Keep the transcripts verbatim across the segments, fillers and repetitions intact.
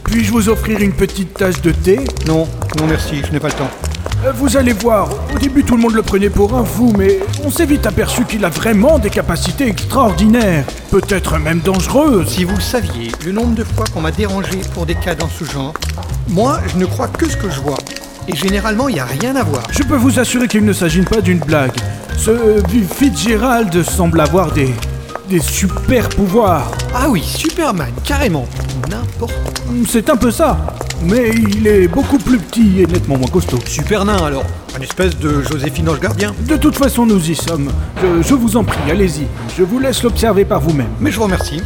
Puis-je vous offrir une petite tasse de thé ? Non, non merci, je n'ai pas le temps. Euh, Vous allez voir, au début tout le monde le prenait pour un fou, mais on s'est vite aperçu qu'il a vraiment des capacités extraordinaires, peut-être même dangereuses. Si vous le saviez, le nombre de fois qu'on m'a dérangé pour des cas dans ce genre, moi, je ne crois que ce que je vois. Et généralement, il n'y a rien à voir. Je peux vous assurer qu'il ne s'agit pas d'une blague. Ce euh, Fitzgerald semble avoir des... des super pouvoirs. Ah oui, Superman, carrément. N'importe quoi. C'est un peu ça, mais il est beaucoup plus petit et nettement moins costaud. Super nain alors. Une espèce de Joséphine Ange Gardien. De toute façon, nous y sommes. Je, je vous en prie, allez-y. Je vous laisse l'observer par vous-même. Mais je vous remercie.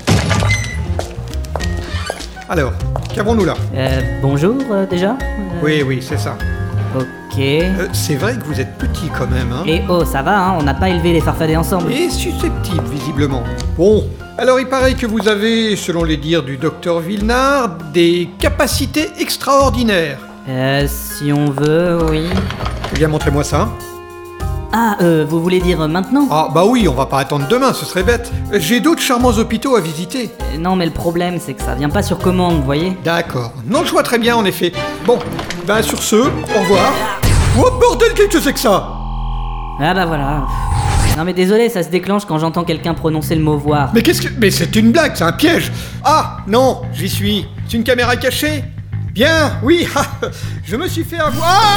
Alors, qu'avons-nous là ? Euh, bonjour, euh, déjà Euh, Oui, oui, c'est ça. Ok. Euh, c'est vrai que vous êtes petit quand même, hein ? Et oh, ça va, hein, on n'a pas élevé les farfadets ensemble. Et susceptible, visiblement. Bon, alors il paraît que vous avez, selon les dires du docteur Villenard, des capacités extraordinaires. Euh, si on veut, oui. Eh bien, montrez-moi ça. Ah, euh, vous voulez dire euh, maintenant Ah, bah oui, on va pas attendre demain, ce serait bête. J'ai d'autres charmants hôpitaux à visiter. Euh, Non, mais le problème, c'est que ça vient pas sur commande, vous voyez. D'accord. Non, je vois très bien, en effet. Bon, ben sur ce, au revoir. Oh, bordel, qu'est-ce que c'est que ça ? Ah bah voilà. Non mais désolé, ça se déclenche quand j'entends quelqu'un prononcer le mot voir. Mais qu'est-ce que... Mais c'est une blague, c'est un piège. Ah, non, j'y suis. C'est une caméra cachée ? Bien, oui, je me suis fait avoir.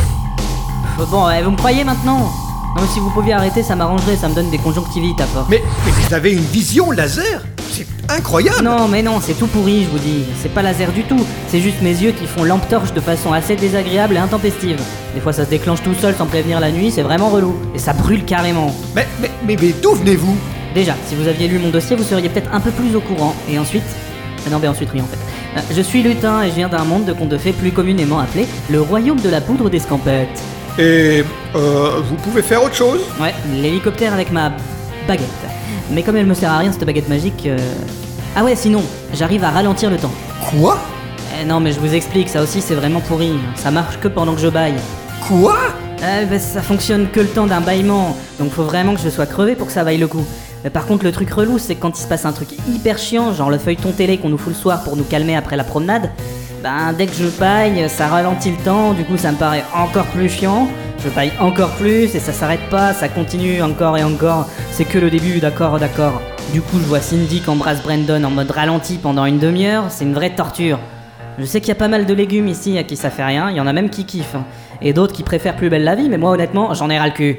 Bon, bon, euh, vous me croyez maintenant ? Non mais si vous pouviez arrêter, ça m'arrangerait, ça me donne des conjonctivites à force. Mais, mais vous avez une vision laser ? C'est incroyable. Non mais non, c'est tout pourri, je vous dis. C'est pas laser du tout. C'est juste mes yeux qui font lampe torche de façon assez désagréable et intempestive. Des fois ça se déclenche tout seul sans prévenir la nuit, c'est vraiment relou. Et ça brûle carrément. Mais, mais, mais, mais d'où venez-vous ? Déjà, si vous aviez lu mon dossier, vous seriez peut-être un peu plus au courant. Et ensuite... Ah non, mais ensuite oui en fait. Euh, Je suis lutin et je viens d'un monde de contes de fées plus communément appelé le royaume de la poudre d'escampette. Et euh, vous pouvez faire autre chose ? Ouais, l'hélicoptère avec ma baguette. Mais comme elle me sert à rien cette baguette magique... euh, Ah ouais, sinon, j'arrive à ralentir le temps. Quoi ? Eh non mais je vous explique, ça aussi c'est vraiment pourri. Ça marche que pendant que je baille. Quoi ? Euh, bah, ça fonctionne que le temps d'un bâillement, donc faut vraiment que je sois crevé pour que ça vaille le coup. Mais par contre le truc relou c'est que quand il se passe un truc hyper chiant, genre le feuilleton télé qu'on nous fout le soir pour nous calmer après la promenade, ben dès que je baille, ça ralentit le temps, du coup ça me paraît encore plus chiant, je baille encore plus et ça s'arrête pas, ça continue encore et encore, c'est que le début, d'accord, d'accord. Du coup je vois Cindy qui embrasse Brandon en mode ralenti pendant une demi-heure, c'est une vraie torture. Je sais qu'il y a pas mal de légumes ici à qui ça fait rien, il y en a même qui kiffent, hein. Et d'autres qui préfèrent Plus belle la vie, mais moi honnêtement, j'en ai ras le cul.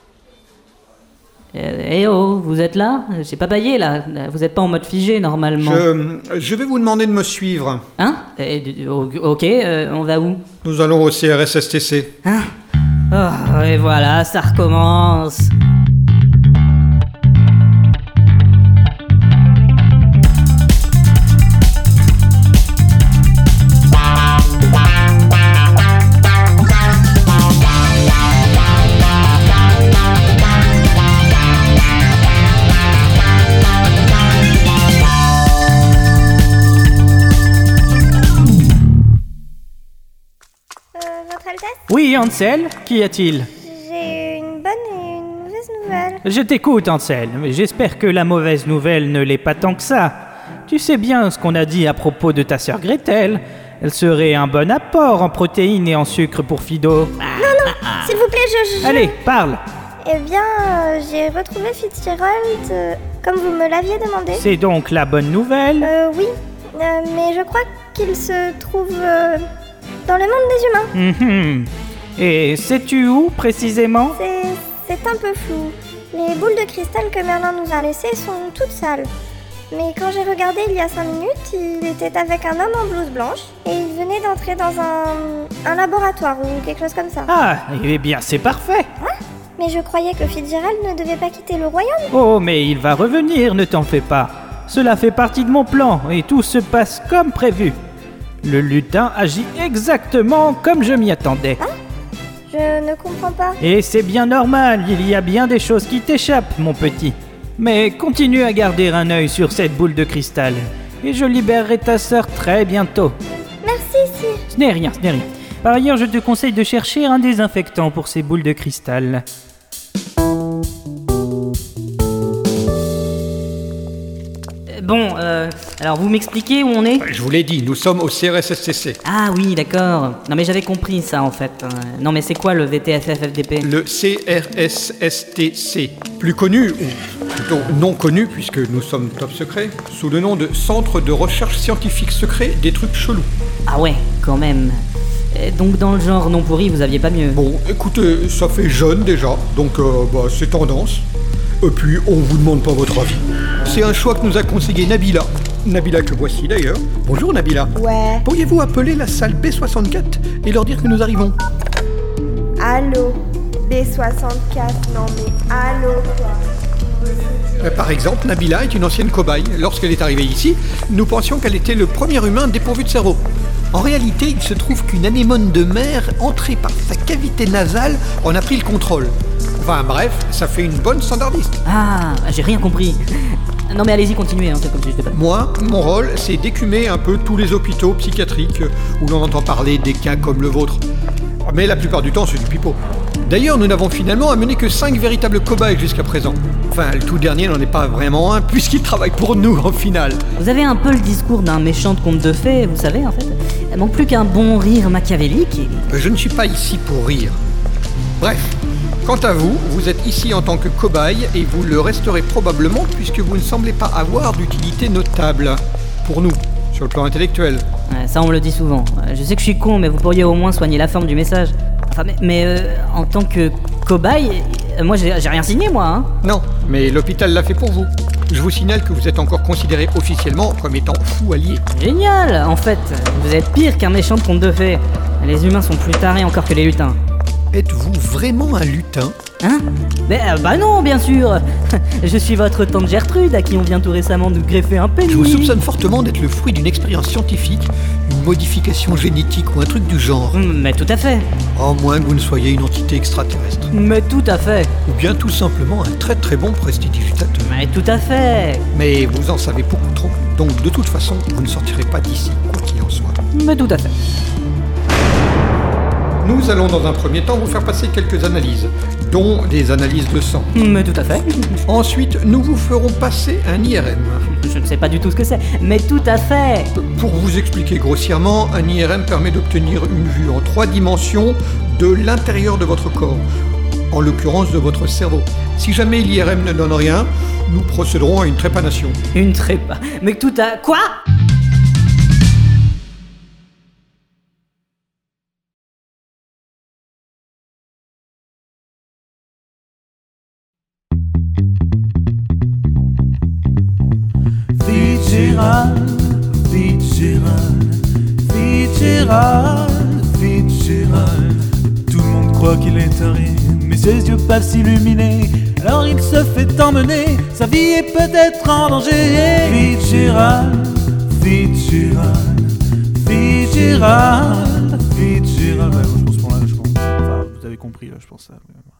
Eh oh, vous êtes là ? J'ai pas baillé là, vous êtes pas en mode figé normalement. Je, je vais vous demander de me suivre. Hein ? Eh, Ok, euh, on va où ? Nous allons au C R S S T C. Hein ? Oh, et voilà, ça recommence. Votre Altesse, Oui, Ansel, qu'y a-t-il ? j'ai une bonne et une mauvaise nouvelle. Je t'écoute, Ansel, mais j'espère que la mauvaise nouvelle ne l'est pas tant que ça. Tu sais bien ce qu'on a dit à propos de ta sœur Gretel. Elle serait un bon apport en protéines et en sucre pour Fido. S'il vous plaît, je... je... Allez, parle. Eh bien, euh, j'ai retrouvé Fitzgerald, euh, comme vous me l'aviez demandé. C'est donc la bonne nouvelle. Euh, oui, euh, mais je crois qu'il se trouve euh, dans le monde des humains. Mhm. Et sais-tu où, précisément ? C'est... c'est un peu flou. Les boules de cristal que Merlin nous a laissées sont toutes sales. Mais quand j'ai regardé il y a cinq minutes, il était avec un homme en blouse blanche et il venait d'entrer dans un, un laboratoire ou quelque chose comme ça. Ah, eh bien, c'est parfait. Mais je croyais que Fitzgerald ne devait pas quitter le royaume. Oh, mais il va revenir, ne t'en fais pas. Cela fait partie de mon plan et tout se passe comme prévu. Le lutin agit exactement comme je m'y attendais. Je ne comprends pas. Et c'est bien normal, il y a bien des choses qui t'échappent, mon petit. Mais continue à garder un œil sur cette boule de cristal. Et je libérerai ta sœur très bientôt. Merci, Sire. Ce n'est rien, ce n'est rien. Par ailleurs, je te conseille de chercher un désinfectant pour ces boules de cristal. Bon, euh, alors vous m'expliquez où on est ? Je vous l'ai dit, nous sommes au C R S S T C. Ah oui, d'accord. Non mais j'avais compris ça en fait. Non mais c'est quoi le V T F F F D P ? Le C R S S T C, plus connu, ou plutôt non connu puisque nous sommes top secret, sous le nom de Centre de Recherche Scientifique Secret des trucs chelous. Ah ouais, quand même. Et donc dans le genre non pourri, vous aviez pas mieux ? Bon, écoutez, ça fait jeune déjà, donc euh, bah, c'est tendance. Et puis, on vous demande pas votre avis. C'est un choix que nous a conseillé Nabila. Nabila que voici d'ailleurs. Bonjour Nabila. Ouais. Pourriez-vous appeler la salle B soixante-quatre et leur dire que nous arrivons ? Allô, B soixante-quatre, non mais allô quoi. Euh, Par exemple, Nabila est une ancienne cobaye. Lorsqu'elle est arrivée ici, nous pensions qu'elle était le premier humain dépourvu de cerveau. En réalité, il se trouve qu'une anémone de mer, entrée par sa cavité nasale, en a pris le contrôle. Enfin bref, ça fait une bonne standardiste. Ah, j'ai rien compris. Non mais allez-y, continuez, hein, c'est comme si j'étais pas... Moi, mon rôle, c'est d'écumer un peu tous les hôpitaux psychiatriques où l'on entend parler des cas comme le vôtre. Mais la plupart du temps, c'est du pipeau. D'ailleurs, nous n'avons finalement amené que cinq véritables cobayes jusqu'à présent. Enfin, le tout dernier n'en est pas vraiment un, puisqu'il travaille pour nous, en finale. Vous avez un peu le discours d'un méchant de conte de fées, vous savez, en fait. Il manque plus qu'un bon rire machiavélique et... Je ne suis pas ici pour rire. Bref, quant à vous, vous êtes ici en tant que cobaye, et vous le resterez probablement, puisque vous ne semblez pas avoir d'utilité notable. Pour nous, sur le plan intellectuel. Ouais, ça on me le dit souvent. Je sais que je suis con, mais vous pourriez au moins soigner la forme du message. Enfin, mais, mais euh, en tant que cobaye, euh, moi j'ai, j'ai rien signé, moi, hein. Non, mais l'hôpital l'a fait pour vous. Je vous signale que vous êtes encore considéré officiellement comme étant fou allié. Génial. En fait, vous êtes pire qu'un méchant de conte de fées. Les humains sont plus tarés encore que les lutins. Êtes-vous vraiment un lutin ? Hein ? Mais euh, bah non, bien sûr. Je suis votre tante Gertrude, à qui on vient tout récemment de greffer un pénis. Je vous soupçonne fortement d'être le fruit d'une expérience scientifique, une modification génétique ou un truc du genre. Mais tout à fait. À moins que vous ne soyez une entité extraterrestre. Mais tout à fait. Ou bien tout simplement un très très bon prestidigitateur. Mais tout à fait. Mais vous en savez beaucoup trop. Donc de toute façon, vous ne sortirez pas d'ici, quoi qu'il en soit. Mais tout à fait. Nous allons dans un premier temps vous faire passer quelques analyses, dont des analyses de sang. Mais tout à fait. Ensuite, nous vous ferons passer un I R M. Je ne sais pas du tout ce que c'est, mais tout à fait. Pour vous expliquer grossièrement, un I R M permet d'obtenir une vue en trois dimensions de l'intérieur de votre corps, en l'occurrence de votre cerveau. Si jamais l'I R M ne donne rien, nous procéderons à une trépanation. Une trépa. Mais tout à... Quoi ? Fitzgerald, Fitzgerald, Fitzgerald, Fitzgerald. Tout le monde croit qu'il est taré, mais ses yeux peuvent s'illuminer. Alors il se fait emmener, sa vie est peut-être en danger. Fitzgerald, Fitzgerald, Fitzgerald, Fitzgerald. Ouais, moi, je pense pour là, je pense. Enfin, vous avez compris là, je pense ça.